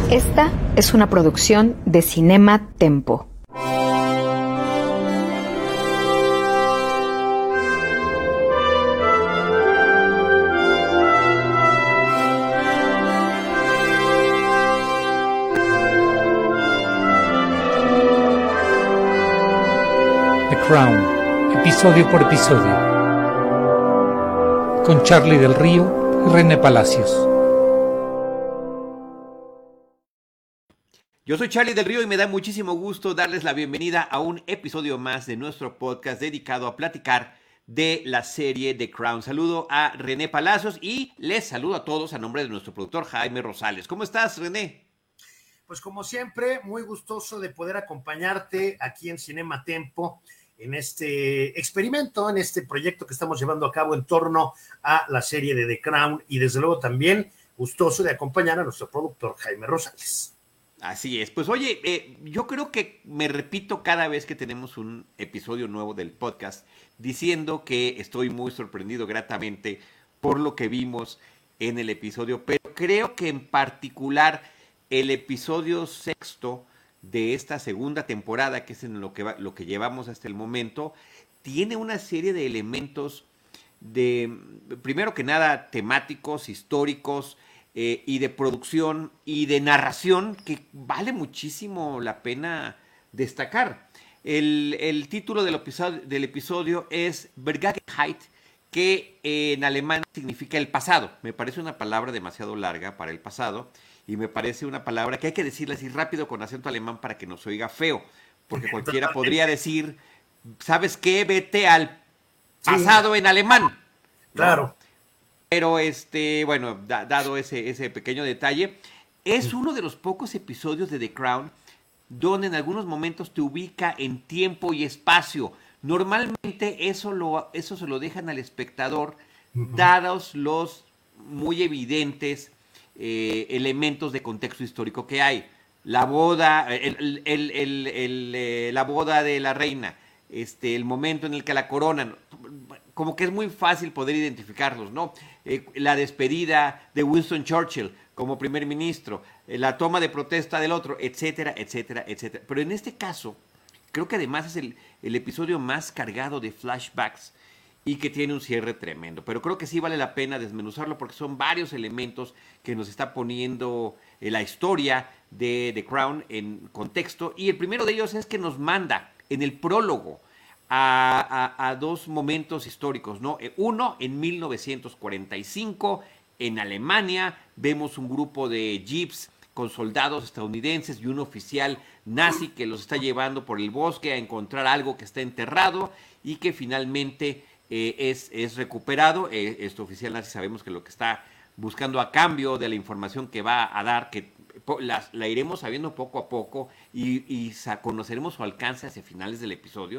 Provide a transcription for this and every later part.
Esta es una producción de Cinema Tempo. The Crown, episodio por episodio, con Charlie del Río y René Palacios. Yo soy Charlie del Río y me da muchísimo gusto darles la bienvenida a un episodio más de nuestro podcast dedicado a platicar de la serie The Crown. Saludo a René Palacios y les saludo a todos a nombre de nuestro productor Jaime Rosales. ¿Cómo estás, René? Pues como siempre, muy gustoso de poder acompañarte aquí en Cinema Tempo, en este experimento, en este proyecto que estamos llevando a cabo en torno a la serie de The Crown, y desde luego también gustoso de acompañar a nuestro productor Jaime Rosales. Así es. Pues oye, yo creo que me repito cada vez que tenemos un episodio nuevo del podcast diciendo que estoy muy sorprendido gratamente por lo que vimos en el episodio, pero creo que en particular el episodio sexto de esta segunda temporada, que es en lo que llevamos hasta el momento, tiene una serie de elementos primero que nada, temáticos, históricos, y de producción y de narración que vale muchísimo la pena destacar. El título del episodio es Vergangenheit, que en alemán significa el pasado. Me parece una palabra demasiado larga para el pasado y me parece una palabra que hay que decirla así rápido con acento alemán para que no se oiga feo, porque cualquiera podría decir, ¿sabes qué? Vete al pasado en alemán, ¿no? Claro. Pero bueno, dado ese pequeño detalle, es uno de los pocos episodios de The Crown donde en algunos momentos te ubica en tiempo y espacio. Normalmente eso se lo dejan al espectador, dados los muy evidentes elementos de contexto histórico que hay. La boda, la boda de la reina, el momento en el que la coronan, como que es muy fácil poder identificarlos, ¿no? La despedida de Winston Churchill como primer ministro, la toma de protesta del otro, etcétera, etcétera, etcétera. Pero en este caso, creo que además es el episodio más cargado de flashbacks y que tiene un cierre tremendo. Pero creo que sí vale la pena desmenuzarlo porque son varios elementos que nos está poniendo la historia de The Crown en contexto. Y el primero de ellos es que nos manda en el prólogo a dos momentos históricos, ¿no? Uno, en 1945, en Alemania, vemos un grupo de jeeps con soldados estadounidenses y un oficial nazi que los está llevando por el bosque a encontrar algo que está enterrado y que finalmente es recuperado. Este oficial nazi sabemos que lo que está buscando a cambio de la información que va a dar, que la iremos sabiendo poco a poco y conoceremos su alcance hacia finales del episodio,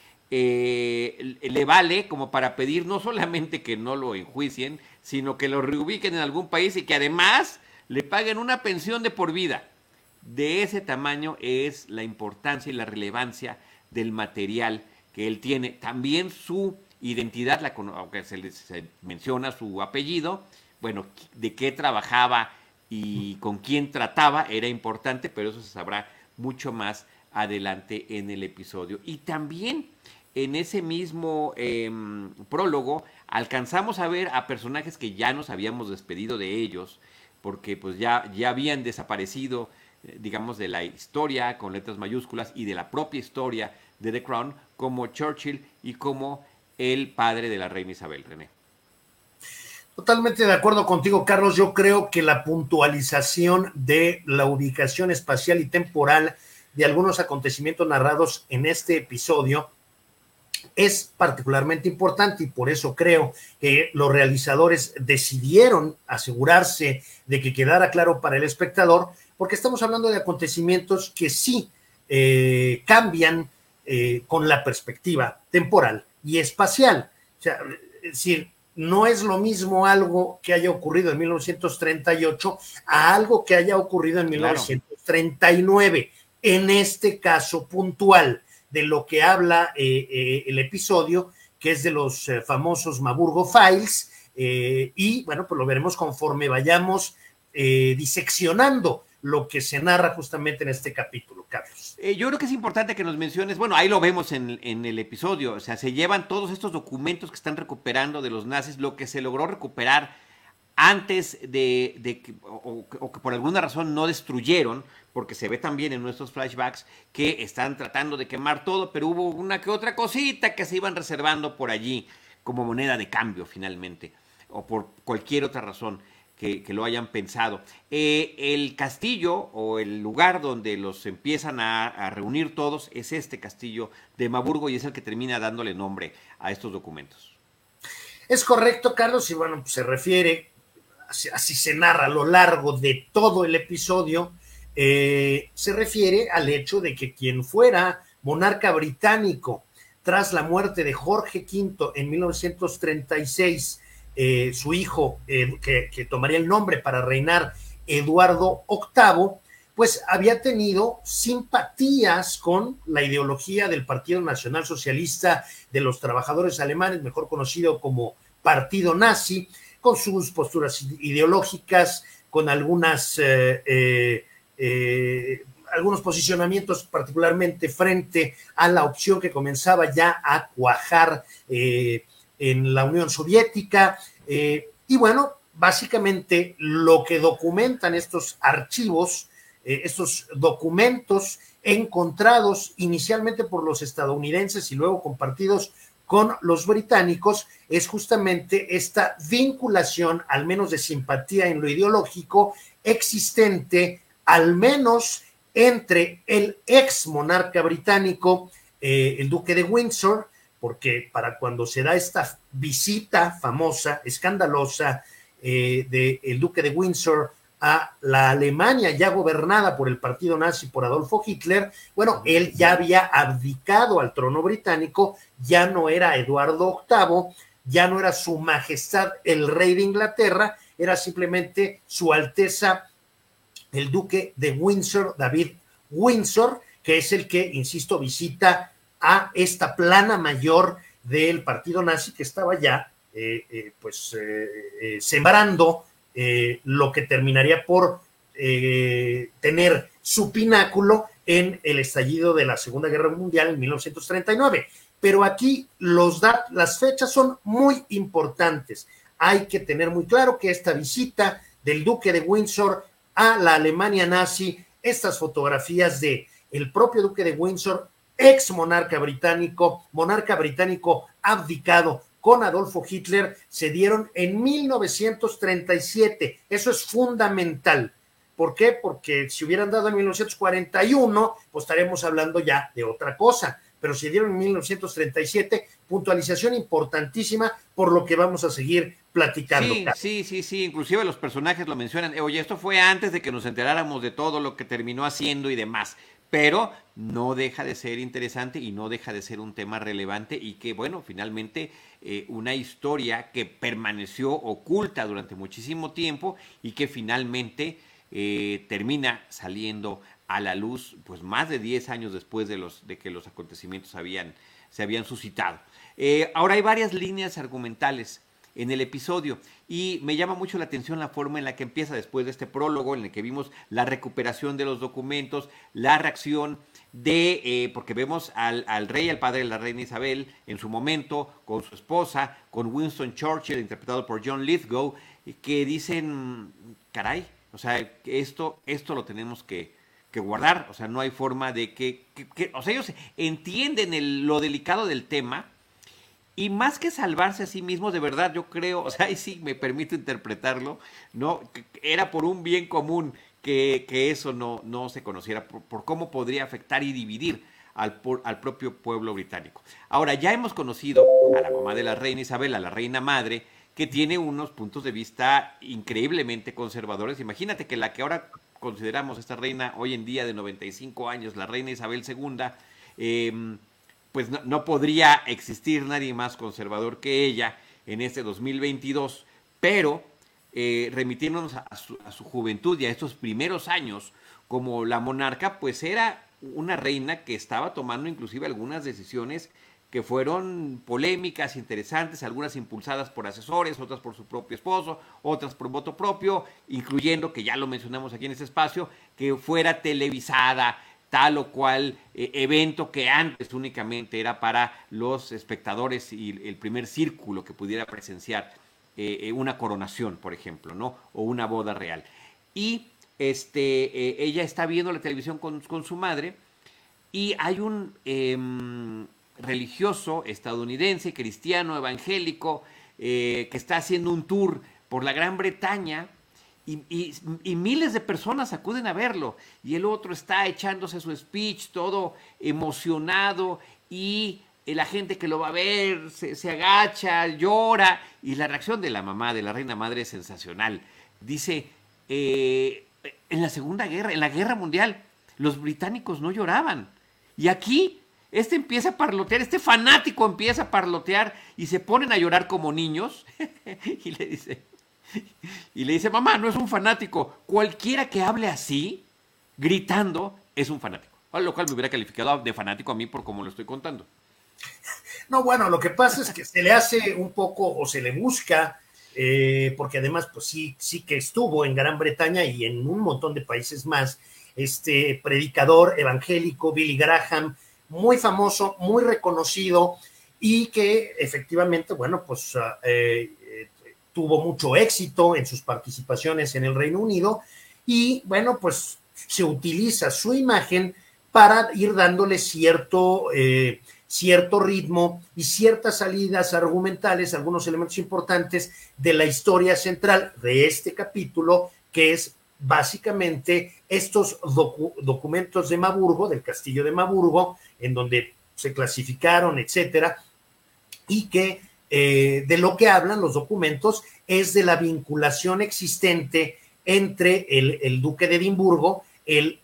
le vale como para pedir no solamente que no lo enjuicien, sino que lo reubiquen en algún país y que además le paguen una pensión de por vida. De ese tamaño es la importancia y la relevancia del material que él tiene. También su identidad, aunque se menciona su apellido, bueno, de qué trabajaba y con quién trataba era importante, pero eso se sabrá mucho más adelante en el episodio. Y también en ese mismo prólogo alcanzamos a ver a personajes que ya nos habíamos despedido de ellos, porque pues ya habían desaparecido, digamos, de la historia con letras mayúsculas y de la propia historia de The Crown, como Churchill y como el padre de la reina Isabel, René. Totalmente de acuerdo contigo, Carlos. Yo creo que la puntualización de la ubicación espacial y temporal de algunos acontecimientos narrados en este episodio es particularmente importante, y por eso creo que los realizadores decidieron asegurarse de que quedara claro para el espectador, porque estamos hablando de acontecimientos que sí cambian con la perspectiva temporal y espacial. O sea, es decir, no es lo mismo algo que haya ocurrido en 1938 a algo que haya ocurrido en 1939. En este caso puntual de lo que habla el episodio, que es de los famosos Marburgo Files, y bueno, pues lo veremos conforme vayamos diseccionando lo que se narra justamente en este capítulo, Carlos. Yo creo que es importante que nos menciones, bueno, ahí lo vemos en el episodio, o sea, se llevan todos estos documentos que están recuperando de los nazis, lo que se logró recuperar antes de que, o que por alguna razón no destruyeron, porque se ve también en nuestros flashbacks que están tratando de quemar todo, pero hubo una que otra cosita que se iban reservando por allí como moneda de cambio finalmente, o por cualquier otra razón que lo hayan pensado. El castillo o el lugar donde los empiezan a reunir todos es este castillo de Maburgo y es el que termina dándole nombre a estos documentos. Es correcto, Carlos, y bueno, pues se refiere, así se narra a lo largo de todo el episodio, se refiere al hecho de que quien fuera monarca británico tras la muerte de Jorge V en 1936, su hijo, que tomaría el nombre para reinar, Eduardo VIII, pues había tenido simpatías con la ideología del Partido Nacional Socialista de los Trabajadores Alemanes, mejor conocido como Partido Nazi, con sus posturas ideológicas, con algunos posicionamientos particularmente frente a la opción que comenzaba ya a cuajar en la Unión Soviética, y bueno, básicamente lo que documentan estos archivos, estos documentos encontrados inicialmente por los estadounidenses y luego compartidos con los británicos, es justamente esta vinculación, al menos de simpatía en lo ideológico, existente, al menos entre el ex monarca británico, el duque de Windsor, porque para cuando se da esta visita famosa, escandalosa, del duque de Windsor a la Alemania ya gobernada por el partido nazi, por Adolfo Hitler, bueno, él ya había abdicado al trono británico, ya no era Eduardo VIII, ya no era su majestad el rey de Inglaterra, era simplemente su alteza el duque de Windsor, David Windsor, que es el que, insisto, visita a esta plana mayor del partido nazi que estaba ya sembrando lo que terminaría por tener su pináculo en el estallido de la Segunda Guerra Mundial en 1939. Pero aquí las fechas son muy importantes. Hay que tener muy claro que esta visita del duque de Windsor a la Alemania nazi, estas fotografías de el propio duque de Windsor, ex monarca británico abdicado con Adolfo Hitler, se dieron en 1937. Eso es fundamental. ¿Por qué? Porque si hubieran dado en 1941, pues estaremos hablando ya de otra cosa. Pero se dieron en 1937, puntualización importantísima por lo que vamos a seguir platicando. Sí, inclusive los personajes lo mencionan. Oye, esto fue antes de que nos enteráramos de todo lo que terminó haciendo y demás. Pero no deja de ser interesante y no deja de ser un tema relevante y que, bueno, finalmente una historia que permaneció oculta durante muchísimo tiempo y que finalmente termina saliendo a la luz, pues más de 10 años después de que los acontecimientos se habían suscitado. Ahora hay varias líneas argumentales en el episodio y me llama mucho la atención la forma en la que empieza después de este prólogo en el que vimos la recuperación de los documentos, la reacción porque vemos al rey, al padre de la reina Isabel en su momento con su esposa, con Winston Churchill interpretado por John Lithgow, que dicen, caray, o sea, esto lo tenemos que guardar, o sea, no hay forma de o sea, ellos entienden lo delicado del tema. Y más que salvarse a sí mismos, de verdad, yo creo, o sea, ahí sí me permito interpretarlo, ¿no? Era por un bien común que eso no se conociera, por cómo podría afectar y dividir al propio pueblo británico. Ahora, ya hemos conocido a la mamá de la reina Isabel, a la reina madre, que tiene unos puntos de vista increíblemente conservadores. Imagínate que la que ahora consideramos esta reina hoy en día de 95 años, la reina Isabel II, pues no podría existir nadie más conservador que ella en este 2022, pero remitiéndonos a su juventud y a estos primeros años como la monarca, pues era una reina que estaba tomando inclusive algunas decisiones que fueron polémicas, interesantes, algunas impulsadas por asesores, otras por su propio esposo, otras por voto propio, incluyendo, que ya lo mencionamos aquí en este espacio, que fuera televisada tal o cual evento que antes únicamente era para los espectadores y el primer círculo que pudiera presenciar una coronación, por ejemplo, ¿no? O una boda real. Y ella está viendo la televisión con su madre y hay un religioso estadounidense, cristiano, evangélico, que está haciendo un tour por la Gran Bretaña y miles de personas acuden a verlo. Y el otro está echándose su speech todo emocionado y la gente que lo va a ver se agacha, llora. Y la reacción de la mamá, de la reina madre, es sensacional. Dice, en la Segunda Guerra, en la Guerra Mundial, los británicos no lloraban. Y aquí empieza a parlotear, este fanático empieza a parlotear y se ponen a llorar como niños. y le dice, mamá, no es un fanático. Cualquiera que hable así, gritando, es un fanático. A lo cual me hubiera calificado de fanático a mí por cómo lo estoy contando. No, bueno, lo que pasa es que se le hace un poco, o se le busca, porque además, pues sí que estuvo en Gran Bretaña y en un montón de países más, este predicador evangélico, Billy Graham, muy famoso, muy reconocido y que efectivamente, bueno, pues tuvo mucho éxito en sus participaciones en el Reino Unido y, bueno, pues se utiliza su imagen para ir dándole cierto ritmo y ciertas salidas argumentales, algunos elementos importantes de la historia central de este capítulo, que es básicamente estos documentos de Maburgo, del castillo de Maburgo, en donde se clasificaron, etcétera, y que de lo que hablan los documentos es de la vinculación existente entre el duque de Edimburgo, el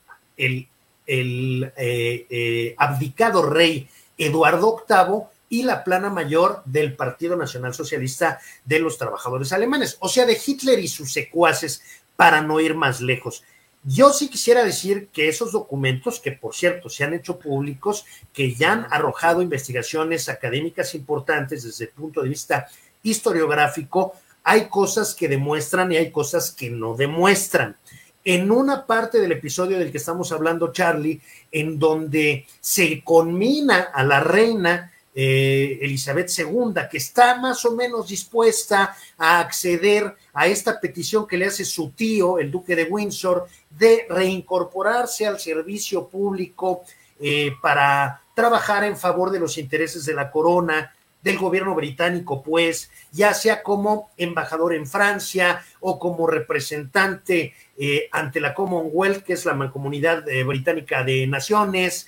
abdicado rey Eduardo VIII y la plana mayor del Partido Nacional Socialista de los Trabajadores Alemanes, o sea, de Hitler y sus secuaces, para no ir más lejos. Yo sí quisiera decir que esos documentos, que por cierto se han hecho públicos, que ya han arrojado investigaciones académicas importantes desde el punto de vista historiográfico, hay cosas que demuestran y hay cosas que no demuestran. En una parte del episodio del que estamos hablando, Charlie, en donde se conmina a la reina Elizabeth II, que está más o menos dispuesta a acceder a esta petición que le hace su tío, el duque de Windsor, de reincorporarse al servicio público para trabajar en favor de los intereses de la corona, del gobierno británico, pues, ya sea como embajador en Francia o como representante ante la Commonwealth, que es la Mancomunidad Británica de Naciones,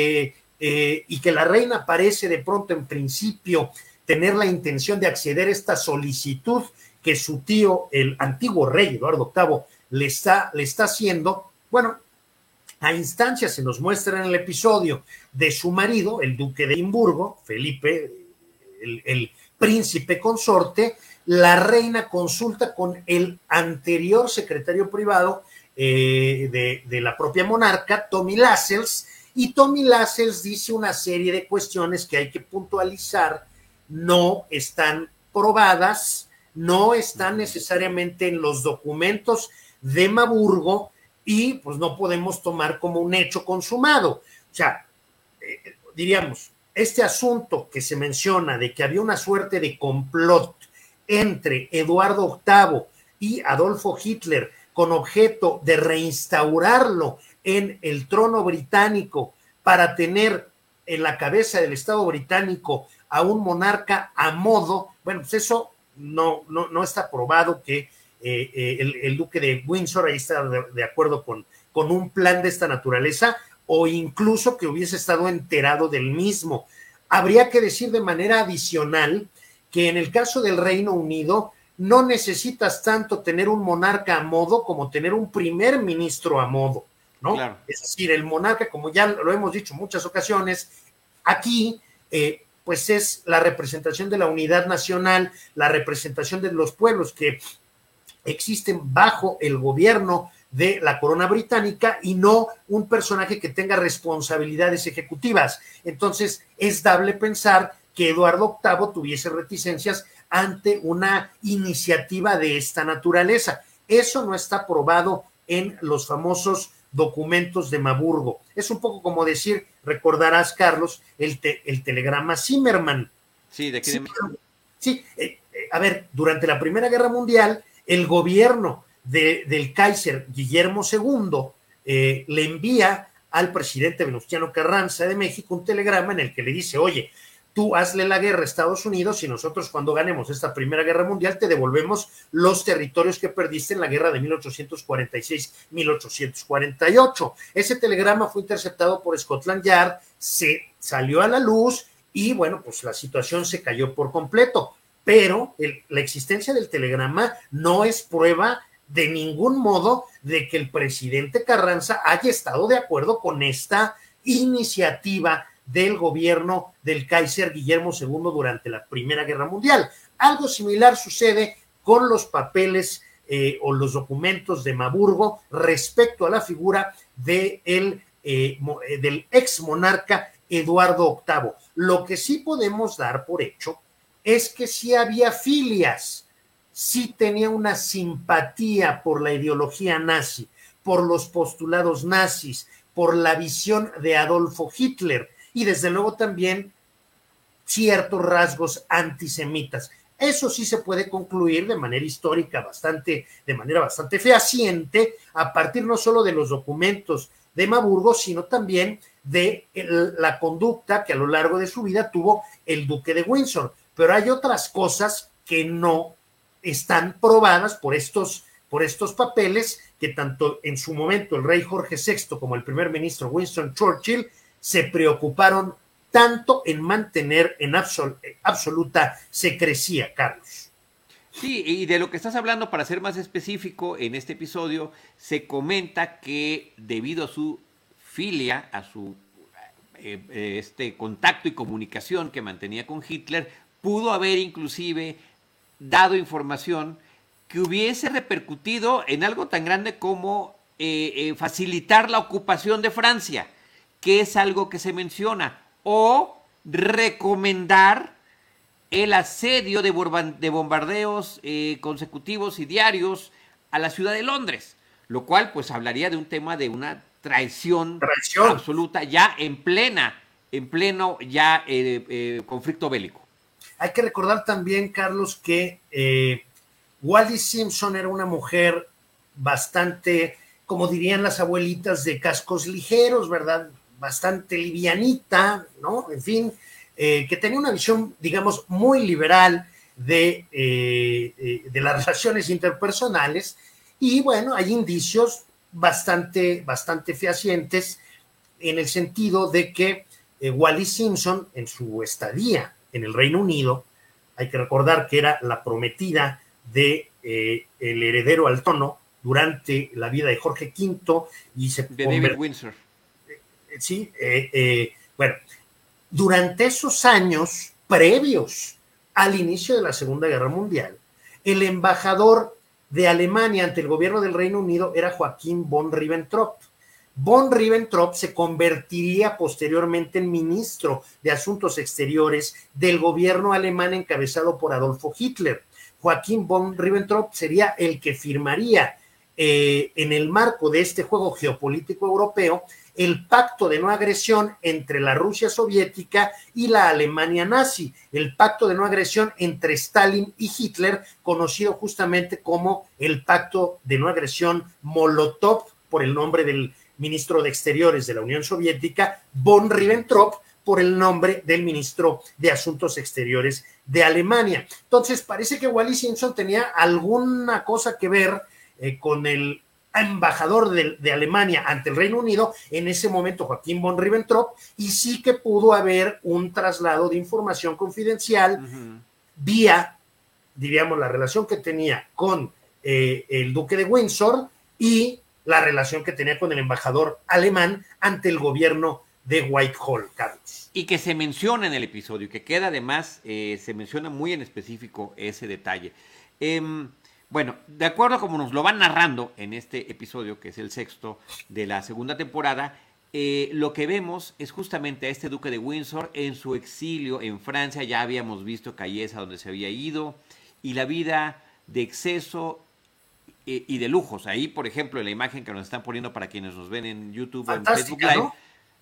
y que la reina parece de pronto en principio tener la intención de acceder a esta solicitud que su tío, el antiguo rey Eduardo VIII, le está haciendo. Bueno, a instancias se nos muestra en el episodio de su marido, el duque de Edimburgo, Felipe, el príncipe consorte. La reina consulta con el anterior secretario privado de la propia monarca, Tommy Lascelles, y Tommy Lascelles dice una serie de cuestiones que hay que puntualizar, no están probadas, no están necesariamente en los documentos de Maburgo y pues no podemos tomar como un hecho consumado. O sea, diríamos, este asunto que se menciona de que había una suerte de complot entre Eduardo VIII y Adolfo Hitler con objeto de reinstaurarlo en el trono británico para tener en la cabeza del Estado británico a un monarca a modo, bueno, pues eso no está probado que el duque de Windsor ahí está de acuerdo con un plan de esta naturaleza o incluso que hubiese estado enterado del mismo. Habría que decir de manera adicional que en el caso del Reino Unido no necesitas tanto tener un monarca a modo como tener un primer ministro a modo, ¿no? Claro. Es decir, el monarca, como ya lo hemos dicho en muchas ocasiones, aquí pues es la representación de la unidad nacional, la representación de los pueblos que existen bajo el gobierno de la corona británica y no un personaje que tenga responsabilidades ejecutivas. Entonces, es dable pensar que Eduardo VIII tuviese reticencias ante una iniciativa de esta naturaleza. Eso no está probado en los famosos documentos de Marburgo. Es un poco como decir, recordarás, Carlos, el telegrama Zimmermann. Sí, de aquí de México. Sí, a ver, durante la Primera Guerra Mundial, el gobierno del Kaiser Guillermo II le envía al presidente Venustiano Carranza de México un telegrama en el que le dice, oye, tú hazle la guerra a Estados Unidos y nosotros cuando ganemos esta Primera Guerra Mundial te devolvemos los territorios que perdiste en la guerra de 1846-1848. Ese telegrama fue interceptado por Scotland Yard, se salió a la luz y bueno, pues la situación se cayó por completo. Pero la existencia del telegrama no es prueba de ningún modo de que el presidente Carranza haya estado de acuerdo con esta iniciativa del gobierno del Kaiser Guillermo II durante la Primera Guerra Mundial. Algo similar sucede con los papeles o los documentos de Marburgo respecto a la figura del ex monarca Eduardo VIII. Lo que sí podemos dar por hecho es que sí había filias, sí tenía una simpatía por la ideología nazi, por los postulados nazis, por la visión de Adolfo Hitler y desde luego también ciertos rasgos antisemitas. Eso sí se puede concluir de manera histórica de manera bastante fehaciente a partir no solo de los documentos de Marburgo, sino también de la conducta que a lo largo de su vida tuvo el duque de Windsor. Pero hay otras cosas que no están probadas por estos papeles que tanto en su momento el rey Jorge VI como el primer ministro Winston Churchill se preocuparon tanto en mantener en absoluta secrecía, Carlos. Sí, y de lo que estás hablando, para ser más específico, en este episodio se comenta que debido a su filia, a su contacto y comunicación que mantenía con Hitler, pudo haber inclusive dado información que hubiese repercutido en algo tan grande como facilitar la ocupación de Francia, que es algo que se menciona, o recomendar el asedio de bombardeos consecutivos y diarios a la ciudad de Londres, lo cual pues hablaría de un tema de una traición. Absoluta, ya en pleno ya conflicto bélico. Hay que recordar también, Carlos, que Wallis Simpson era una mujer bastante, como dirían las abuelitas, de cascos ligeros, ¿verdad? Bastante livianita, ¿no? En fin, que tenía una visión, digamos, muy liberal de las relaciones interpersonales y, bueno, hay indicios bastante fehacientes en el sentido de que Wallis Simpson, en su estadía en el Reino Unido, hay que recordar que era la prometida de el heredero al trono durante la vida de Jorge V y de David Windsor. Sí, bueno, durante esos años previos al inicio de la Segunda Guerra Mundial, el embajador de Alemania ante el gobierno del Reino Unido era Joachim von Ribbentrop. Von Ribbentrop se convertiría posteriormente en ministro de Asuntos Exteriores del gobierno alemán encabezado por Adolfo Hitler. Joachim von Ribbentrop sería el que firmaría en el marco de este juego geopolítico europeo el pacto de no agresión entre la Rusia soviética y la Alemania nazi, el pacto de no agresión entre Stalin y Hitler, conocido justamente como el pacto de no agresión Molotov, por el nombre del ministro de Exteriores de la Unión Soviética, von Ribbentrop, por el nombre del ministro de Asuntos Exteriores de Alemania. Entonces, parece que Wallis Simpson tenía alguna cosa que ver con el embajador de Alemania ante el Reino Unido, en ese momento Joachim von Ribbentrop, y sí que pudo haber un traslado de información confidencial vía, diríamos, la relación que tenía con el duque de Windsor y la relación que tenía con el embajador alemán ante el gobierno de Whitehall, Carlos. Y que se menciona en el episodio, que queda además, se menciona muy en específico ese detalle. Bueno, de acuerdo a como nos lo van narrando en este episodio, que es el sexto de la segunda temporada, lo que vemos es justamente a este duque de Windsor en su exilio en Francia. Ya habíamos visto Calles, a donde se había ido, y la vida de exceso y de lujos. Ahí, por ejemplo, en la imagen que nos están poniendo para quienes nos ven en YouTube o en Facebook Live, ¿no?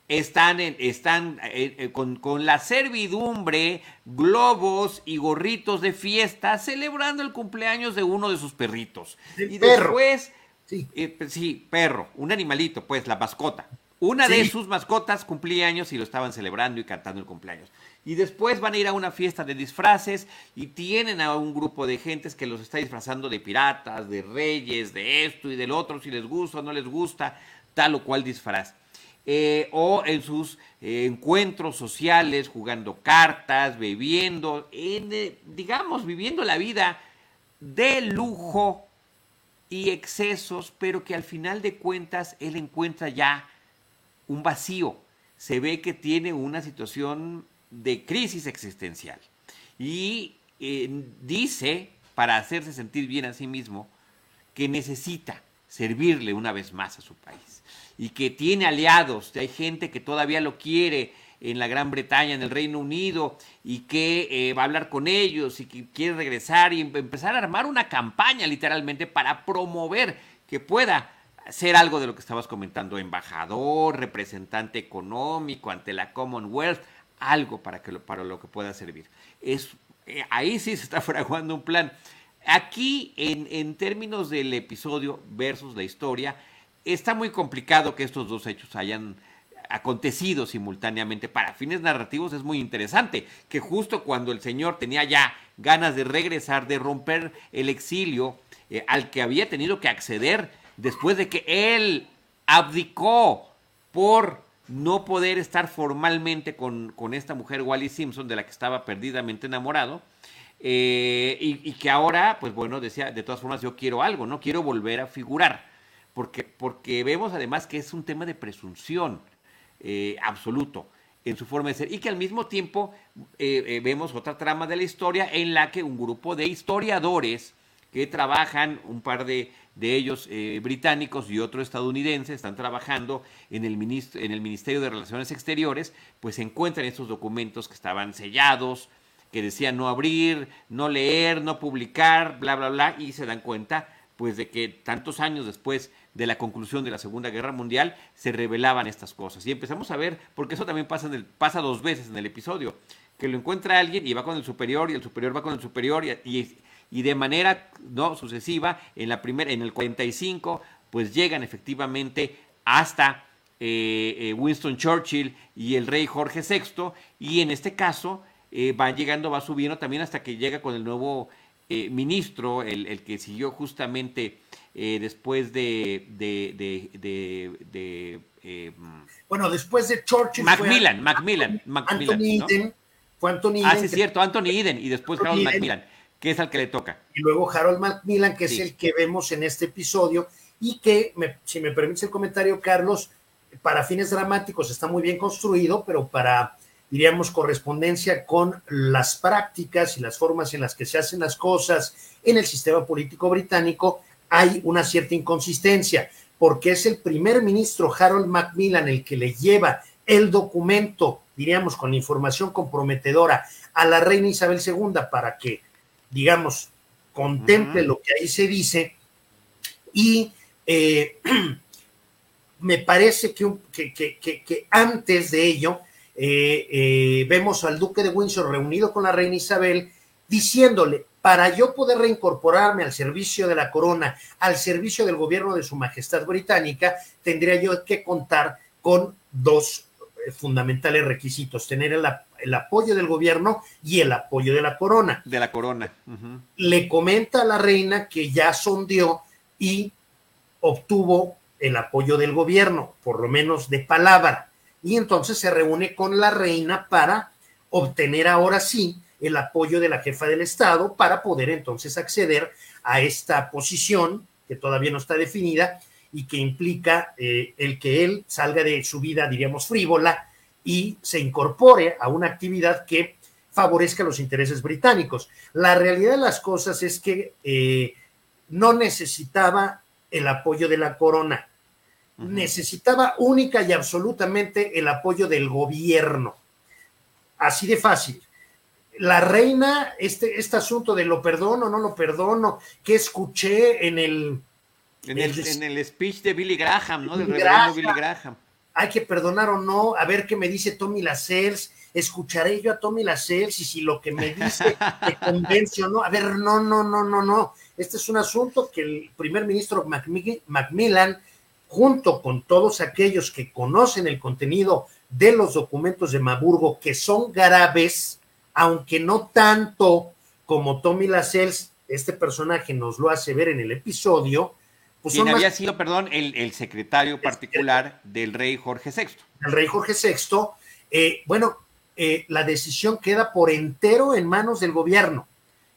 están con la servidumbre, globos y gorritos de fiesta, celebrando el cumpleaños de uno de sus perritos. Y perro. después, Sí. sí, perro, un animalito, pues, la mascota. Una de sus mascotas cumplía años y lo estaban celebrando y cantando el cumpleaños. Y después van a ir a una fiesta de disfraces y tienen a un grupo de gentes que los está disfrazando de piratas, de reyes, de esto y del otro, si les gusta o no les gusta, tal o cual disfraz. O en sus encuentros sociales, jugando cartas, bebiendo, digamos, viviendo la vida de lujo y excesos, pero que al final de cuentas él encuentra ya un vacío. Se ve que tiene una situación de crisis existencial y dice, para hacerse sentir bien a sí mismo, que necesita servirle una vez más a su país y que tiene aliados, que hay gente que todavía lo quiere en la Gran Bretaña, en el Reino Unido, y que va a hablar con ellos y que quiere regresar y empezar a armar una campaña literalmente para promover que pueda ser algo de lo que estabas comentando, embajador, representante económico ante la Commonwealth, algo para lo que pueda servir. Ahí sí se está fraguando un plan. Aquí, en términos del episodio versus la historia, está muy complicado que estos dos hechos hayan acontecido simultáneamente. Para fines narrativos es muy interesante que justo cuando el señor tenía ya ganas de regresar, de romper el exilio al que había tenido que acceder después de que él abdicó por no poder estar formalmente con esta mujer Wallis Simpson, de la que estaba perdidamente enamorado, y que ahora, pues bueno, decía, de todas formas, yo quiero algo, ¿no? Quiero volver a figurar, porque vemos además que es un tema de presunción absoluto en su forma de ser, y que al mismo tiempo vemos otra trama de la historia en la que un grupo de historiadores que trabajan, un par de ellos británicos y otro estadounidense, están trabajando en el Ministerio de Relaciones Exteriores, pues encuentran estos documentos que estaban sellados, que decían no abrir, no leer, no publicar, bla, bla, bla, y se dan cuenta pues de que tantos años después de la conclusión de la Segunda Guerra Mundial se revelaban estas cosas. Y empezamos a ver, porque eso también pasa dos veces en el episodio, que lo encuentra alguien y va con el superior, y el superior va con el superior, y de manera no sucesiva, en el 45, pues llegan efectivamente hasta Winston Churchill y el rey Jorge VI, y en este caso va subiendo también hasta que llega con el nuevo ministro, el que siguió justamente después bueno, después de Churchill Macmillan, Anthony Eden, ¿no? Fue Anthony Eden. Ah, sí, es cierto, Anthony Eden, y después Harold Macmillan, que es al que le toca. Y luego Harold Macmillan, que es el que vemos en este episodio, y que, si me permites el comentario, Carlos, para fines dramáticos está muy bien construido, pero para, diríamos, correspondencia con las prácticas y las formas en las que se hacen las cosas en el sistema político británico, hay una cierta inconsistencia, porque es el primer ministro Harold Macmillan el que le lleva el documento, diríamos, con información comprometedora a la reina Isabel II para que, digamos, contemple lo que ahí se dice, y me parece que antes de ello vemos al duque de Windsor reunido con la reina Isabel diciéndole: para yo poder reincorporarme al servicio de la corona, al servicio del gobierno de su majestad británica, tendría yo que contar con dos fundamentales requisitos: tener el apoyo del gobierno y el apoyo de la corona. De la corona. Le comenta a la reina que ya sondeó y obtuvo el apoyo del gobierno, por lo menos de palabra, y entonces se reúne con la reina para obtener ahora sí el apoyo de la jefa del Estado para poder entonces acceder a esta posición que todavía no está definida y que implica el que él salga de su vida, diríamos, frívola y se incorpore a una actividad que favorezca los intereses británicos. La realidad de las cosas es que no necesitaba el apoyo de la corona, necesitaba única y absolutamente el apoyo del gobierno. Así de fácil. La reina, este asunto de lo perdono, no lo perdono, que escuché en el speech de Billy Graham, ¿no? Del Billy reverendo Graham. Billy Graham. Hay que perdonar o no, a ver qué me dice Tommy Lascelles, escucharé yo a Tommy Lascelles y si lo que me dice me convence o no. A ver, no. Este es un asunto que el primer ministro Macmillan, junto con todos aquellos que conocen el contenido de los documentos de Marburgo, que son graves, aunque no tanto como Tommy Lascelles, este personaje nos lo hace ver en el episodio, pues quien había sido, perdón, el secretario particular del rey Jorge VI. El rey Jorge VI, la decisión queda por entero en manos del gobierno,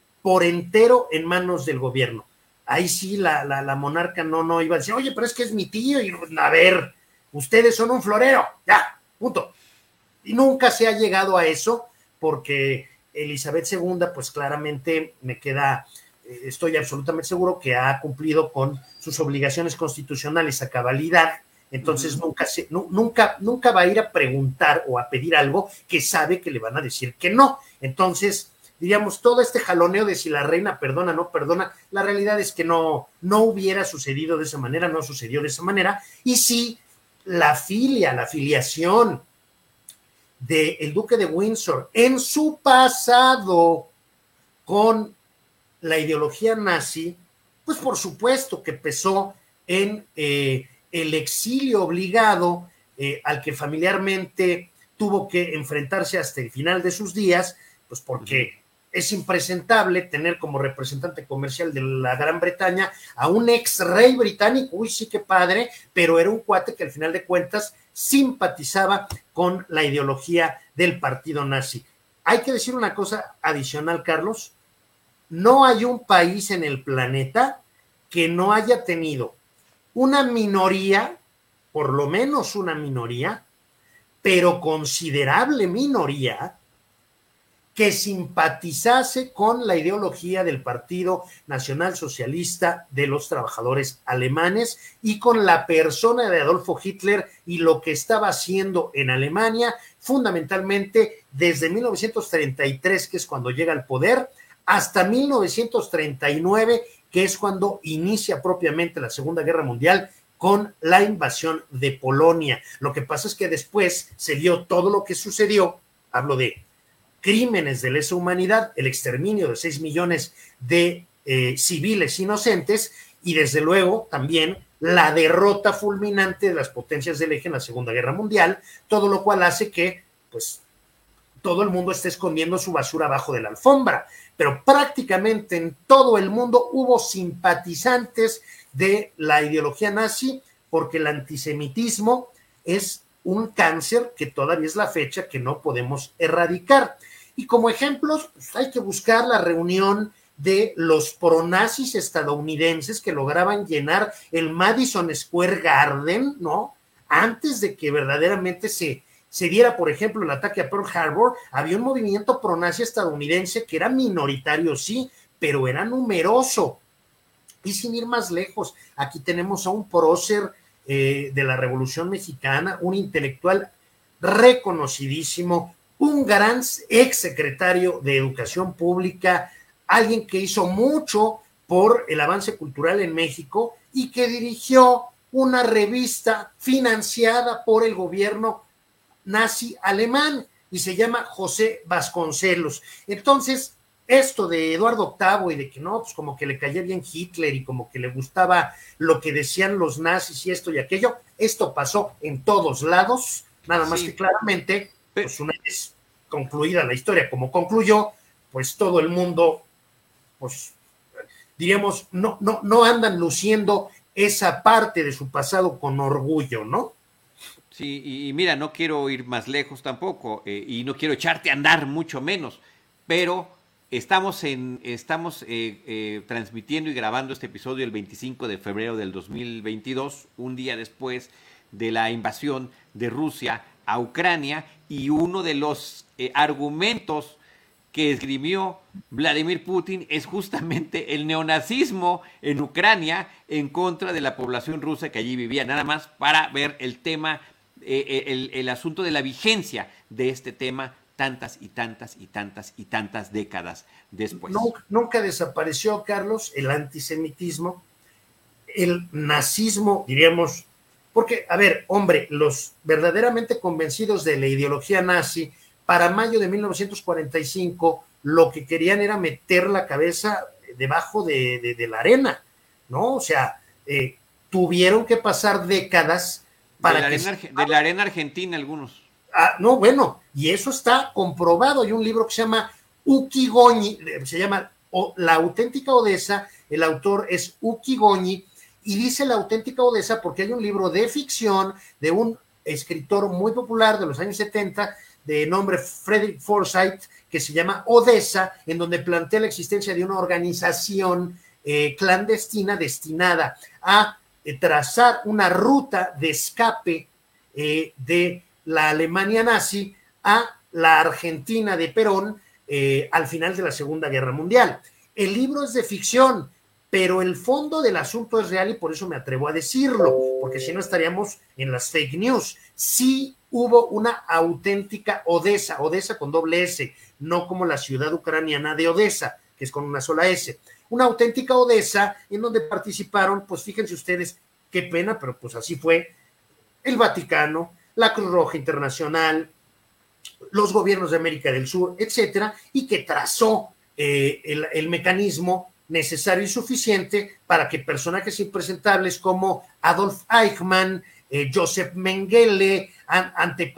Ahí sí la monarca no iba a decir, oye, pero es que es mi tío, y a ver, ustedes son un florero, ya, punto. Y nunca se ha llegado a eso, porque Elizabeth II, pues claramente estoy absolutamente seguro que ha cumplido con sus obligaciones constitucionales a cabalidad, entonces nunca va a ir a preguntar o a pedir algo que sabe que le van a decir que no. Entonces, diríamos, todo este jaloneo de si la reina perdona o no perdona, la realidad es que no hubiera sucedido de esa manera, no sucedió de esa manera, y sí, la filiación del duque de Windsor en su pasado con la ideología nazi, pues por supuesto que pesó en el exilio obligado al que familiarmente tuvo que enfrentarse hasta el final de sus días, pues porque es impresentable tener como representante comercial de la Gran Bretaña a un ex rey británico, uy sí que padre, pero era un cuate que al final de cuentas simpatizaba con la ideología del partido nazi. Hay que decir una cosa adicional, Carlos, no hay un país en el planeta que no haya tenido una minoría, por lo menos una minoría, pero considerable minoría, que simpatizase con la ideología del Partido Nacional Socialista de los Trabajadores Alemanes y con la persona de Adolfo Hitler y lo que estaba haciendo en Alemania, fundamentalmente desde 1933, que es cuando llega al poder, hasta 1939, que es cuando inicia propiamente la Segunda Guerra Mundial con la invasión de Polonia. Lo que pasa es que después se dio todo lo que sucedió, hablo de crímenes de lesa humanidad, el exterminio de 6 millones de civiles inocentes y desde luego también la derrota fulminante de las potencias del eje en la Segunda Guerra Mundial, todo lo cual hace que pues todo el mundo esté escondiendo su basura abajo de la alfombra, pero prácticamente en todo el mundo hubo simpatizantes de la ideología nazi porque el antisemitismo es un cáncer que todavía es la fecha que no podemos erradicar. Y como ejemplos, pues hay que buscar la reunión de los pronazis estadounidenses que lograban llenar el Madison Square Garden, ¿no? Antes de que verdaderamente se diera, por ejemplo, el ataque a Pearl Harbor, había un movimiento pronazi estadounidense que era minoritario, sí, pero era numeroso. Y sin ir más lejos, aquí tenemos a un prócer de la Revolución Mexicana, un intelectual reconocidísimo, un gran exsecretario de Educación Pública, alguien que hizo mucho por el avance cultural en México y que dirigió una revista financiada por el gobierno nazi alemán y se llama José Vasconcelos. Entonces, esto de Eduardo VIII y de que no, pues como que le caía bien Hitler y como que le gustaba lo que decían los nazis y esto y aquello, esto pasó en todos lados, nada más que claramente, pues una vez concluida la historia como concluyó, pues todo el mundo, pues diríamos, no andan luciendo esa parte de su pasado con orgullo, ¿no? Sí, y mira, no quiero ir más lejos tampoco, y no quiero echarte a andar mucho menos, pero estamos transmitiendo y grabando este episodio el 25 de febrero del 2022, un día después de la invasión de Rusia a Ucrania, y uno de los argumentos que esgrimió Vladimir Putin es justamente el neonazismo en Ucrania en contra de la población rusa que allí vivía, nada más para ver el tema, el asunto de la vigencia de este tema tantas y tantas y tantas y tantas décadas después. Nunca desapareció, Carlos, el antisemitismo, el nazismo, diríamos, porque, a ver, hombre, los verdaderamente convencidos de la ideología nazi, para mayo de 1945, lo que querían era meter la cabeza debajo de la arena, ¿no? O sea, tuvieron que pasar décadas para de la arena argentina algunos. No, bueno, y eso está comprobado. Hay un libro que se llama Uki Goñi, se llama La auténtica Odessa, el autor es Uki Goñi, y dice La auténtica Odessa porque hay un libro de ficción de un escritor muy popular de los años 70, de nombre Frederick Forsyth, que se llama Odessa, en donde plantea la existencia de una organización clandestina destinada a trazar una ruta de escape de la Alemania nazi a la Argentina de Perón al final de la Segunda Guerra Mundial. El libro es de ficción, pero el fondo del asunto es real y por eso me atrevo a decirlo, porque si no estaríamos en las fake news. Sí hubo una auténtica Odessa, Odessa con doble S, no como la ciudad ucraniana de Odessa, que es con una sola S. Una auténtica Odessa en donde participaron, pues fíjense ustedes, qué pena, pero pues así fue, el Vaticano, la Cruz Roja Internacional, los gobiernos de América del Sur, etcétera, y que trazó el mecanismo necesario y suficiente para que personajes impresentables como Adolf Eichmann, Joseph Mengele, Ante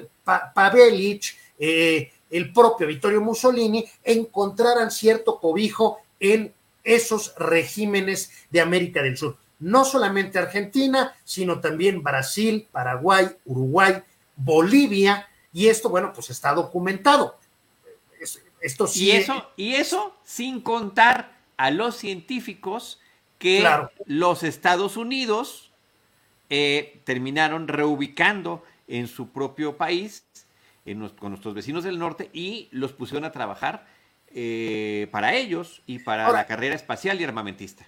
Pavelic, el propio Vittorio Mussolini, encontraran cierto cobijo en esos regímenes de América del Sur. No solamente Argentina, sino también Brasil, Paraguay, Uruguay, Bolivia, y esto, bueno, pues está documentado. Esto sí. Y eso sin contar a los científicos que claro, los Estados Unidos terminaron reubicando en su propio país, con nuestros vecinos del norte, y los pusieron a trabajar para ellos y para la carrera espacial y armamentista.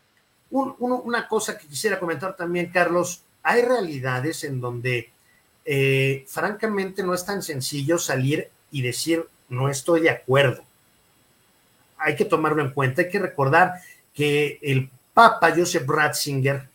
Una cosa que quisiera comentar también, Carlos, hay realidades en donde francamente no es tan sencillo salir y decir no estoy de acuerdo. Hay que tomarlo en cuenta, hay que recordar que el Papa Joseph Ratzinger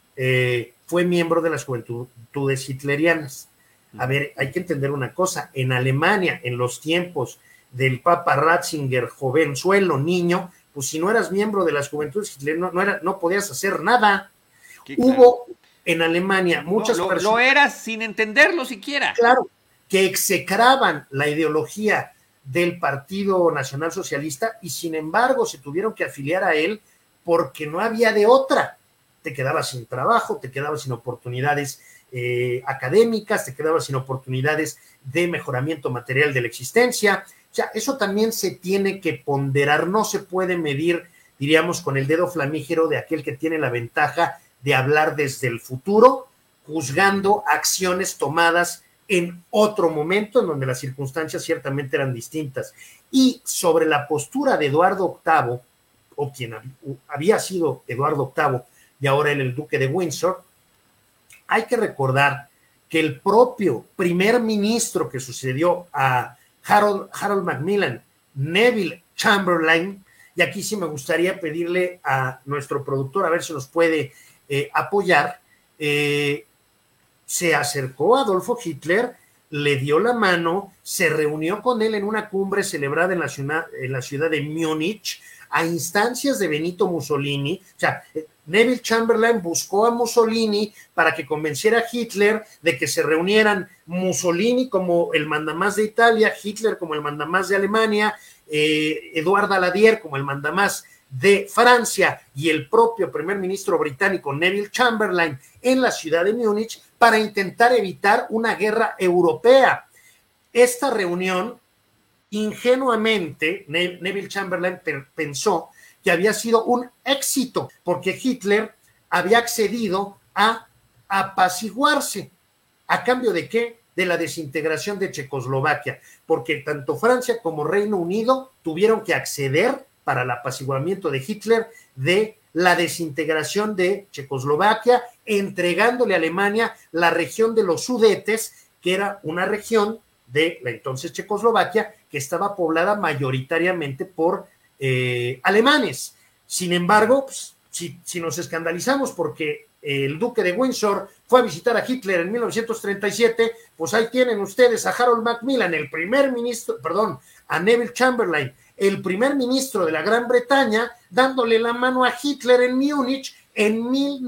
fue miembro de las juventudes hitlerianas. A ver, hay que entender una cosa, en Alemania, en los tiempos del Papa Ratzinger, jovenzuelo, niño, pues si no eras miembro de las juventudes hitlerianas, no podías hacer nada. Hubo en Alemania muchas personas... Lo eras sin entenderlo siquiera. Claro, que execraban la ideología del Partido Nacional Socialista y sin embargo se tuvieron que afiliar a él porque no había de otra. Te quedabas sin trabajo, te quedabas sin oportunidades académicas, te quedabas sin oportunidades de mejoramiento material de la existencia. O sea, eso también se tiene que ponderar, no se puede medir, diríamos, con el dedo flamígero de aquel que tiene la ventaja de hablar desde el futuro, juzgando acciones tomadas en otro momento en donde las circunstancias ciertamente eran distintas. Y sobre la postura de Eduardo VIII, o quien había sido Eduardo VIII y ahora el duque de Windsor, hay que recordar que el propio primer ministro que sucedió a Harold Macmillan, Neville Chamberlain, y aquí sí me gustaría pedirle a nuestro productor a ver si nos puede apoyar, se acercó a Adolfo Hitler, le dio la mano, se reunió con él en una cumbre celebrada en la ciudad de Múnich, a instancias de Benito Mussolini. O sea, Neville Chamberlain buscó a Mussolini para que convenciera a Hitler de que se reunieran Mussolini como el mandamás de Italia, Hitler como el mandamás de Alemania, Edouard Daladier como el mandamás de Francia y el propio primer ministro británico Neville Chamberlain en la ciudad de Múnich para intentar evitar una guerra europea. Esta reunión, ingenuamente, Neville Chamberlain pensó que había sido un éxito porque Hitler había accedido a apaciguarse. ¿A cambio de qué? de la desintegración de Checoslovaquia, porque tanto Francia como Reino Unido tuvieron que acceder para el apaciguamiento de Hitler de la desintegración de Checoslovaquia, entregándole a Alemania la región de los Sudetes, que era una región de la entonces Checoslovaquia que estaba poblada mayoritariamente por alemanes. Sin embargo, pues, si nos escandalizamos porque el duque de Windsor fue a visitar a Hitler en 1937, pues ahí tienen ustedes a Harold Macmillan, el primer ministro, perdón, a Neville Chamberlain, el primer ministro de la Gran Bretaña, dándole la mano a Hitler en Múnich en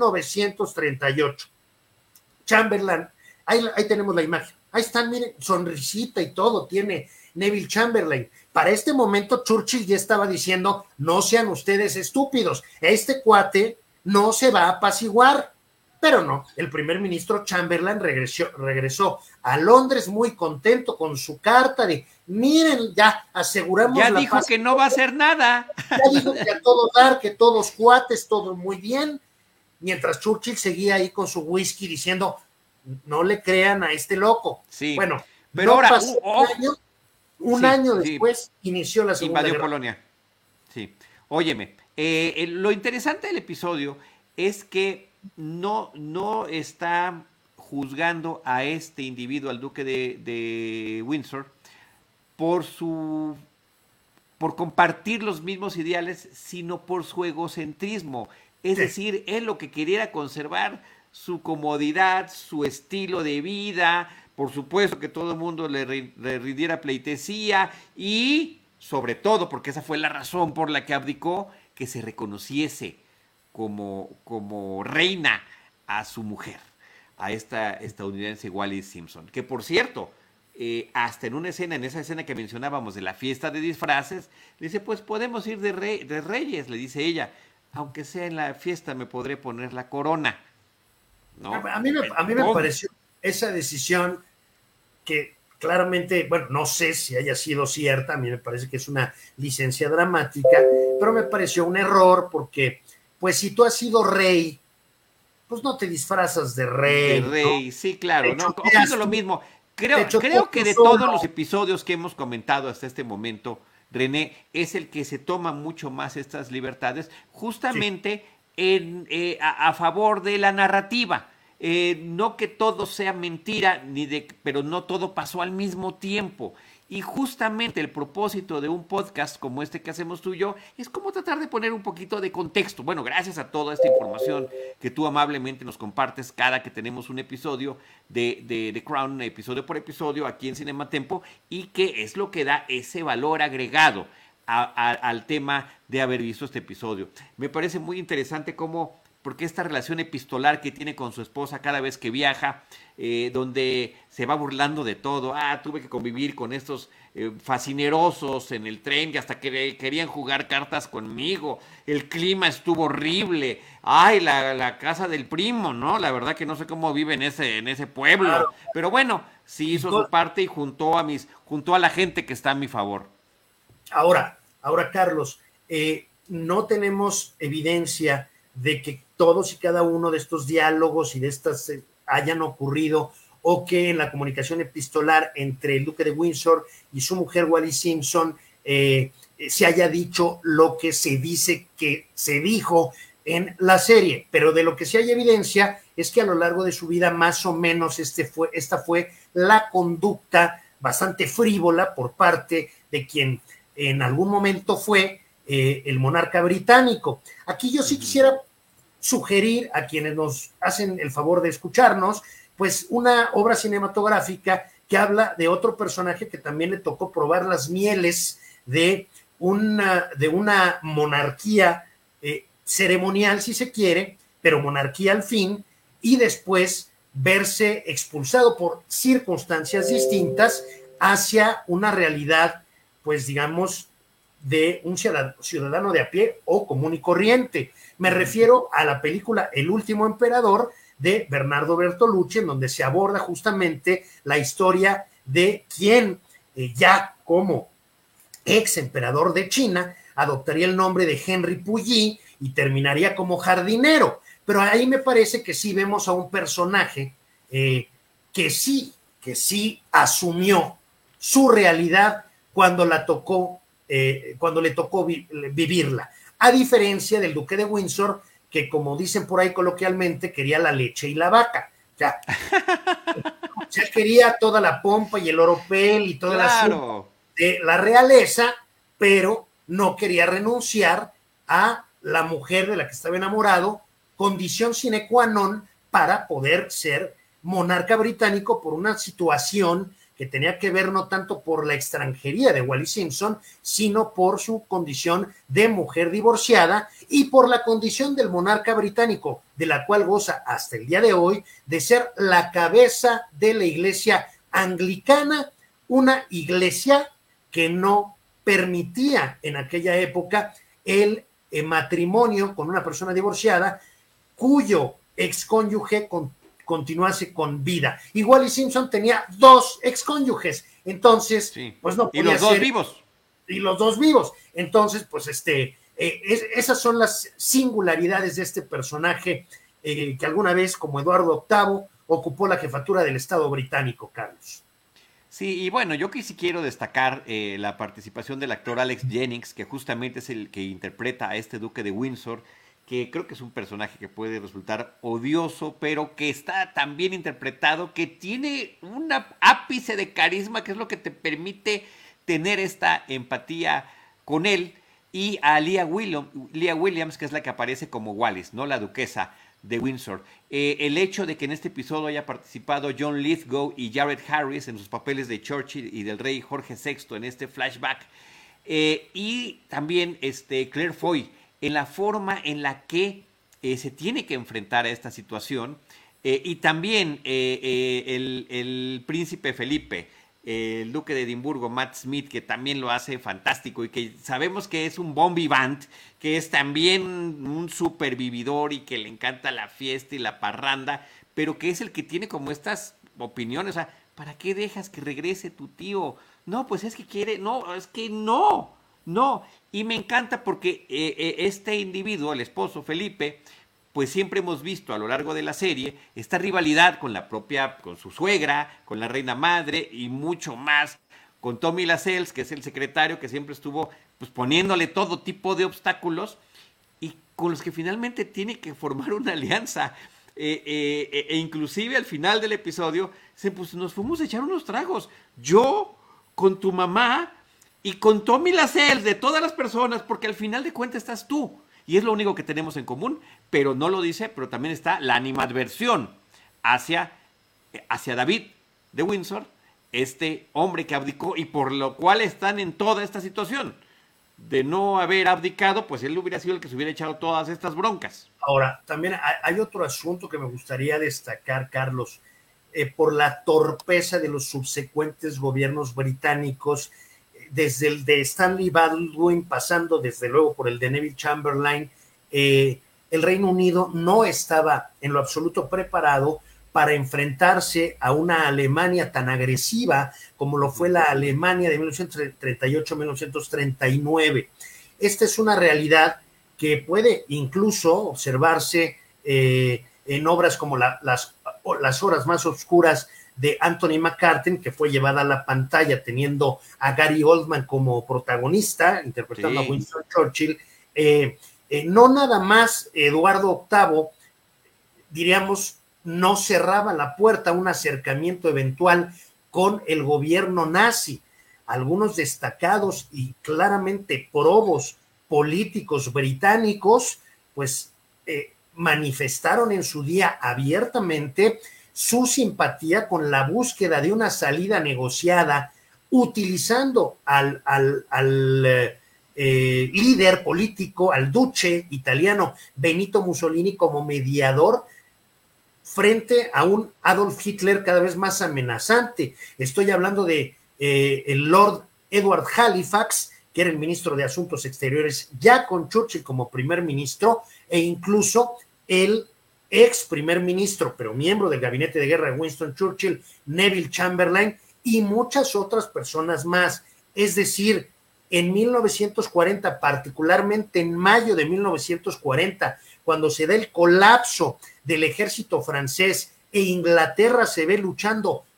1938. Chamberlain, ahí tenemos la imagen, ahí están, miren, sonrisita y todo tiene Neville Chamberlain. Para este momento Churchill ya estaba diciendo, no sean ustedes estúpidos, este cuate no se va a apaciguar. Pero no, el primer ministro Chamberlain regresó a Londres muy contento con su carta de, miren, ya aseguramos ya la dijo paz. Que no va a hacer nada. Ya dijo que a todo dar, que todos cuates, todo muy bien, mientras Churchill seguía ahí con su whisky diciendo, no le crean a este loco. Sí, bueno, pero no ahora, pasó un año después inició la Segunda invadió Guerra. Polonia. Sí. Óyeme, lo interesante del episodio es que no está juzgando a este individuo, al duque de Windsor, por compartir los mismos ideales, sino por su egocentrismo. Es decir, él lo que quería era conservar su comodidad, su estilo de vida, por supuesto que todo el mundo le rindiera pleitesía y, sobre todo, porque esa fue la razón por la que abdicó, que se reconociese como reina a su mujer, a esta estadounidense Wallis Simpson, que por cierto, hasta en esa escena que mencionábamos de la fiesta de disfraces, le dice, pues podemos ir de reyes, le dice ella, aunque sea en la fiesta me podré poner la corona, ¿no? A mí me pareció esa decisión que claramente, bueno, no sé si haya sido cierta, a mí me parece que es una licencia dramática, pero me pareció un error porque, pues si tú has sido rey, pues no te disfrazas de rey. De rey, ¿no? Sí, claro, hecho, no, opino lo mismo. Creo que de todos los episodios que hemos comentado hasta este momento, René, es el que se toma mucho más estas libertades, justamente a favor de la narrativa. No que todo sea mentira, pero no todo pasó al mismo tiempo. Y justamente el propósito de un podcast como este que hacemos tú y yo es como tratar de poner un poquito de contexto. Bueno, gracias a toda esta información que tú amablemente nos compartes cada que tenemos un episodio de The Crown, episodio por episodio, aquí en Cinema Tempo, y que es lo que da ese valor agregado al tema de haber visto este episodio. Me parece muy interesante cómo, porque esta relación epistolar que tiene con su esposa cada vez que viaja, donde se va burlando de todo, tuve que convivir con estos fascinerosos en el tren que hasta querían jugar cartas conmigo, el clima estuvo horrible, la casa del primo, ¿no? La verdad que no sé cómo vive en ese pueblo, claro. Pero bueno, sí hizo su parte y juntó a la gente que está a mi favor. Ahora, Carlos, no tenemos evidencia de que todos y cada uno de estos diálogos y de estas hayan ocurrido, o que en la comunicación epistolar entre el duque de Windsor y su mujer Wallis Simpson se haya dicho lo que se dice que se dijo en la serie, pero de lo que sí hay evidencia es que a lo largo de su vida más o menos esta fue la conducta bastante frívola por parte de quien en algún momento fue el monarca británico. Aquí yo sí quisiera sugerir a quienes nos hacen el favor de escucharnos, pues una obra cinematográfica que habla de otro personaje que también le tocó probar las mieles de una monarquía ceremonial, si se quiere, pero monarquía al fin, y después verse expulsado por circunstancias distintas hacia una realidad, pues digamos, de un ciudadano de a pie o común y corriente. Me refiero a la película El último emperador de Bernardo Bertolucci, en donde se aborda justamente la historia de quien ya como ex emperador de China adoptaría el nombre de Henry Puyi y terminaría como jardinero. Pero ahí me parece que sí vemos a un personaje que que sí asumió su realidad cuando le tocó vivirla, a diferencia del duque de Windsor, que como dicen por ahí coloquialmente, quería la leche y la vaca. O sea, quería toda la pompa y el oropel y todo el asunto de la realeza, pero no quería renunciar a la mujer de la que estaba enamorado, condición sine qua non para poder ser monarca británico por una situación que tenía que ver no tanto por la extranjería de Wallis Simpson, sino por su condición de mujer divorciada y por la condición del monarca británico, de la cual goza hasta el día de hoy de ser la cabeza de la iglesia anglicana, una iglesia que no permitía en aquella época el matrimonio con una persona divorciada cuyo excónyuge continuase con vida. Y Wallis Simpson tenía 2 excónyuges, entonces, sí, pues no podía ser. Y los 2 vivos. Y los 2 vivos. Entonces, pues esas son las singularidades de este personaje que alguna vez, como Eduardo VIII, ocupó la jefatura del Estado británico, Carlos. Sí, y bueno, yo que sí quiero destacar la participación del actor Alex Jennings, que justamente es el que interpreta a este duque de Windsor, que creo que es un personaje que puede resultar odioso, pero que está tan bien interpretado, que tiene un ápice de carisma, que es lo que te permite tener esta empatía con él, y a Leah Williams, que es la que aparece como Wallis, ¿no? La duquesa de Windsor. El hecho de que en este episodio haya participado John Lithgow y Jared Harris en sus papeles de Churchill y del rey Jorge VI en este flashback, y también Claire Foy, en la forma en la que se tiene que enfrentar a esta situación, y también el príncipe Felipe, el duque de Edimburgo, Matt Smith, que también lo hace fantástico y que sabemos que es un bon vivant, que es también un supervividor y que le encanta la fiesta y la parranda, pero que es el que tiene como estas opiniones, o sea, ¿para qué dejas que regrese tu tío? No, pues es que quiere, no, es que no, y me encanta porque este individuo, el esposo Felipe, pues siempre hemos visto a lo largo de la serie esta rivalidad con su suegra, con la reina madre y mucho más con Tommy Lascelles, que es el secretario que siempre estuvo pues poniéndole todo tipo de obstáculos y con los que finalmente tiene que formar una alianza. Inclusive al final del episodio pues nos fuimos a echar unos tragos, yo con tu mamá y con Tommy Lascelles, de todas las personas, porque al final de cuentas estás tú. Y es lo único que tenemos en común, pero no lo dice, pero también está la animadversión hacia David de Windsor, este hombre que abdicó y por lo cual están en toda esta situación. De no haber abdicado, pues él hubiera sido el que se hubiera echado todas estas broncas. Ahora, también hay otro asunto que me gustaría destacar, Carlos, por la torpeza de los subsecuentes gobiernos británicos, desde el de Stanley Baldwin, pasando desde luego por el de Neville Chamberlain, el Reino Unido no estaba en lo absoluto preparado para enfrentarse a una Alemania tan agresiva como lo fue la Alemania de 1938-1939. Esta es una realidad que puede incluso observarse en obras como las horas más oscuras de Anthony McCarten, que fue llevada a la pantalla teniendo a Gary Oldman como protagonista, interpretando a Winston Churchill. No nada más Eduardo VIII, diríamos, no cerraba la puerta a un acercamiento eventual con el gobierno nazi. Algunos destacados y claramente probos políticos británicos, pues manifestaron en su día abiertamente su simpatía con la búsqueda de una salida negociada, utilizando al líder político, al duce italiano Benito Mussolini como mediador frente a un Adolf Hitler cada vez más amenazante. Estoy hablando de el Lord Edward Halifax, que era el ministro de Asuntos Exteriores, ya con Churchill como primer ministro, e incluso el ex primer ministro, pero miembro del gabinete de guerra de Winston Churchill, Neville Chamberlain, y muchas otras personas más. Es decir, en 1940, particularmente en mayo de 1940, cuando se da el colapso del ejército francés e Inglaterra se ve luchando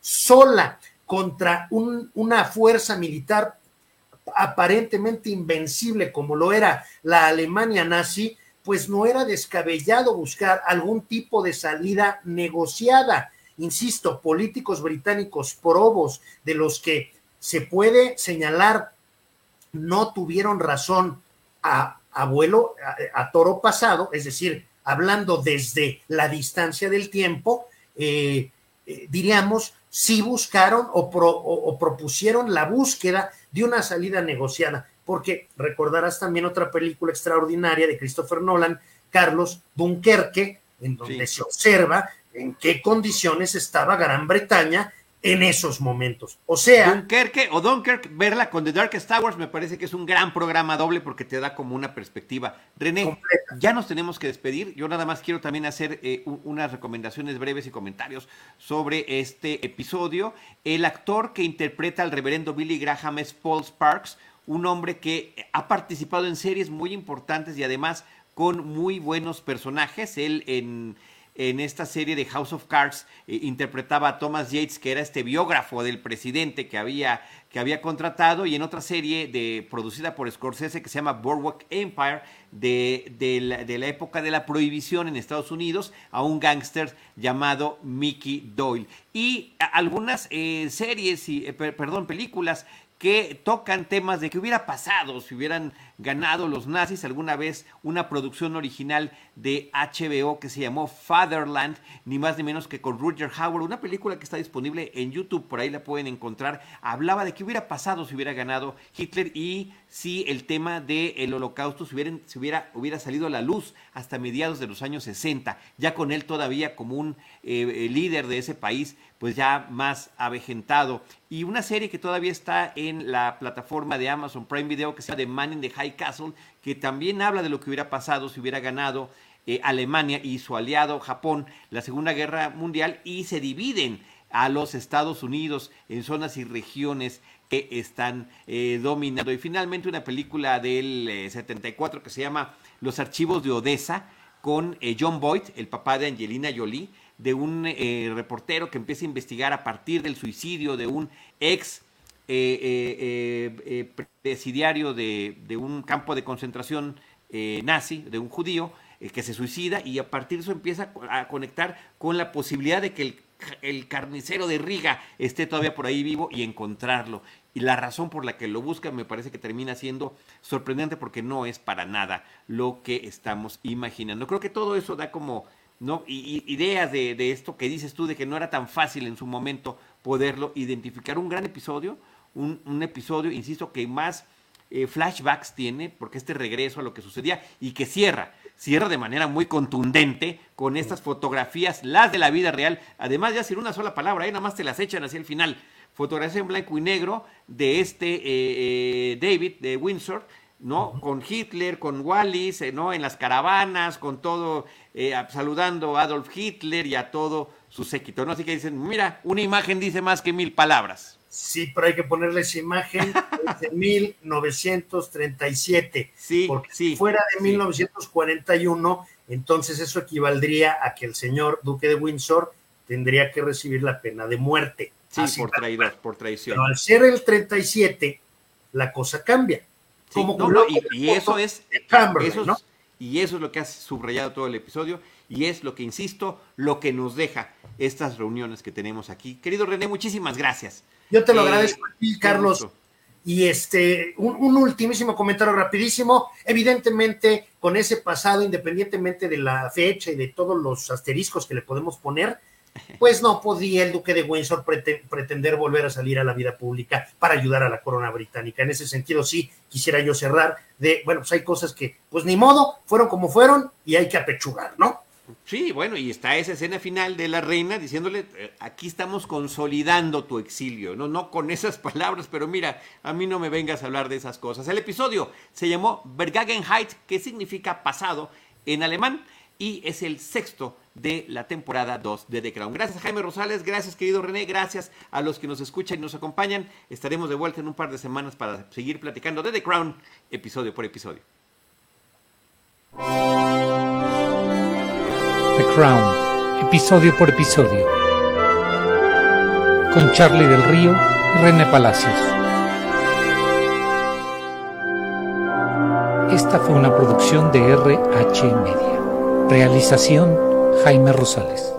sola contra una fuerza militar aparentemente invencible como lo era la Alemania nazi, pues no era descabellado buscar algún tipo de salida negociada. Insisto, políticos británicos probos de los que se puede señalar no tuvieron razón a toro pasado, es decir, hablando desde la distancia del tiempo, diríamos, sí buscaron o propusieron la búsqueda de una salida negociada, porque recordarás también otra película extraordinaria de Christopher Nolan, Carlos, Dunkerque, en donde se observa en qué condiciones estaba Gran Bretaña en esos momentos. O sea, Dunkerque o Dunkirk, verla con The Darkest Towers me parece que es un gran programa doble porque te da como una perspectiva. René, completa. Ya nos tenemos que despedir. Yo nada más quiero también hacer unas recomendaciones breves y comentarios sobre este episodio. El actor que interpreta al reverendo Billy Graham es Paul Sparks, un hombre que ha participado en series muy importantes y además con muy buenos personajes. Él en esta serie de House of Cards interpretaba a Thomas Yates, que era este biógrafo del presidente que había contratado, y en otra serie producida por Scorsese que se llama Boardwalk Empire, de la época de la prohibición en Estados Unidos, a un gángster llamado Mickey Doyle. Y algunas películas que tocan temas de qué hubiera pasado si hubieran ganado los nazis. Alguna vez una producción original de HBO que se llamó Fatherland, ni más ni menos que con Rutger Hauer, una película que está disponible en YouTube, por ahí la pueden encontrar. Hablaba de qué hubiera pasado si hubiera ganado Hitler y si el tema del holocausto hubiera salido a la luz hasta mediados de los años 60, ya con él todavía como un líder de ese país, pues ya más avejentado. Y una serie que todavía está en la plataforma de Amazon Prime Video que se llama The Man in the High Castle, que también habla de lo que hubiera pasado si hubiera ganado Alemania y su aliado Japón la Segunda Guerra Mundial, y se dividen a los Estados Unidos en zonas y regiones que están dominando. Y finalmente una película del 74 que se llama Los Archivos de Odessa, con John Boyd, el papá de Angelina Jolie, de un reportero que empieza a investigar a partir del suicidio de un ex presidiario de un campo de concentración nazi, de un judío que se suicida, y a partir de eso empieza a conectar con la posibilidad de que el carnicero de Riga esté todavía por ahí vivo y encontrarlo. Y la razón por la que lo busca me parece que termina siendo sorprendente, porque no es para nada lo que estamos imaginando. Creo que todo eso da como ideas de esto que dices tú, de que no era tan fácil en su momento poderlo identificar. Un gran episodio, un episodio, insisto, que más flashbacks tiene, porque este regreso a lo que sucedía, y que cierra de manera muy contundente con estas fotografías, las de la vida real, además ya sin una sola palabra, ahí nada más te las echan hacia el final, fotografía en blanco y negro de David de Windsor, ¿no? Con Hitler, con Wallis, ¿no? En las caravanas, con todo, saludando a Adolf Hitler y a todo su séquito, ¿no? Así que dicen, mira, una imagen dice más que 1000 palabras. Sí, pero hay que ponerle esa imagen de 1937. Sí, porque sí, si fuera de 1941, entonces eso equivaldría a que el señor Duque de Windsor tendría que recibir la pena de muerte. Sí, por traidor, por traición. Pero al ser el 37, la cosa cambia. Sí, y eso es, ¿no? Y eso es lo que ha subrayado todo el episodio, y es lo que, insisto, lo que nos deja estas reuniones que tenemos aquí. Querido René, muchísimas gracias. Yo te lo agradezco a ti, Carlos. Y un ultimísimo comentario rapidísimo. Evidentemente, con ese pasado, independientemente de la fecha y de todos los asteriscos que le podemos poner, pues no podía el Duque de Windsor pretender volver a salir a la vida pública para ayudar a la corona británica. En ese sentido, sí, quisiera yo cerrar pues hay cosas que, pues ni modo, fueron como fueron y hay que apechugar, ¿no? Sí, bueno, y está esa escena final de la reina diciéndole, aquí estamos consolidando tu exilio, no con esas palabras, pero mira, a mí no me vengas a hablar de esas cosas. El episodio se llamó Vergangenheit, que significa pasado en alemán, y es el 6º de la temporada 2 de The Crown. Gracias, Jaime Rosales, gracias, querido René, gracias a los que nos escuchan y nos acompañan. Estaremos de vuelta en un par de semanas para seguir platicando de The Crown, episodio por episodio. The Crown, episodio por episodio. con Charlie del Río y René Palacios. Esta fue una producción de RH Media. Realización Jaime Rosales.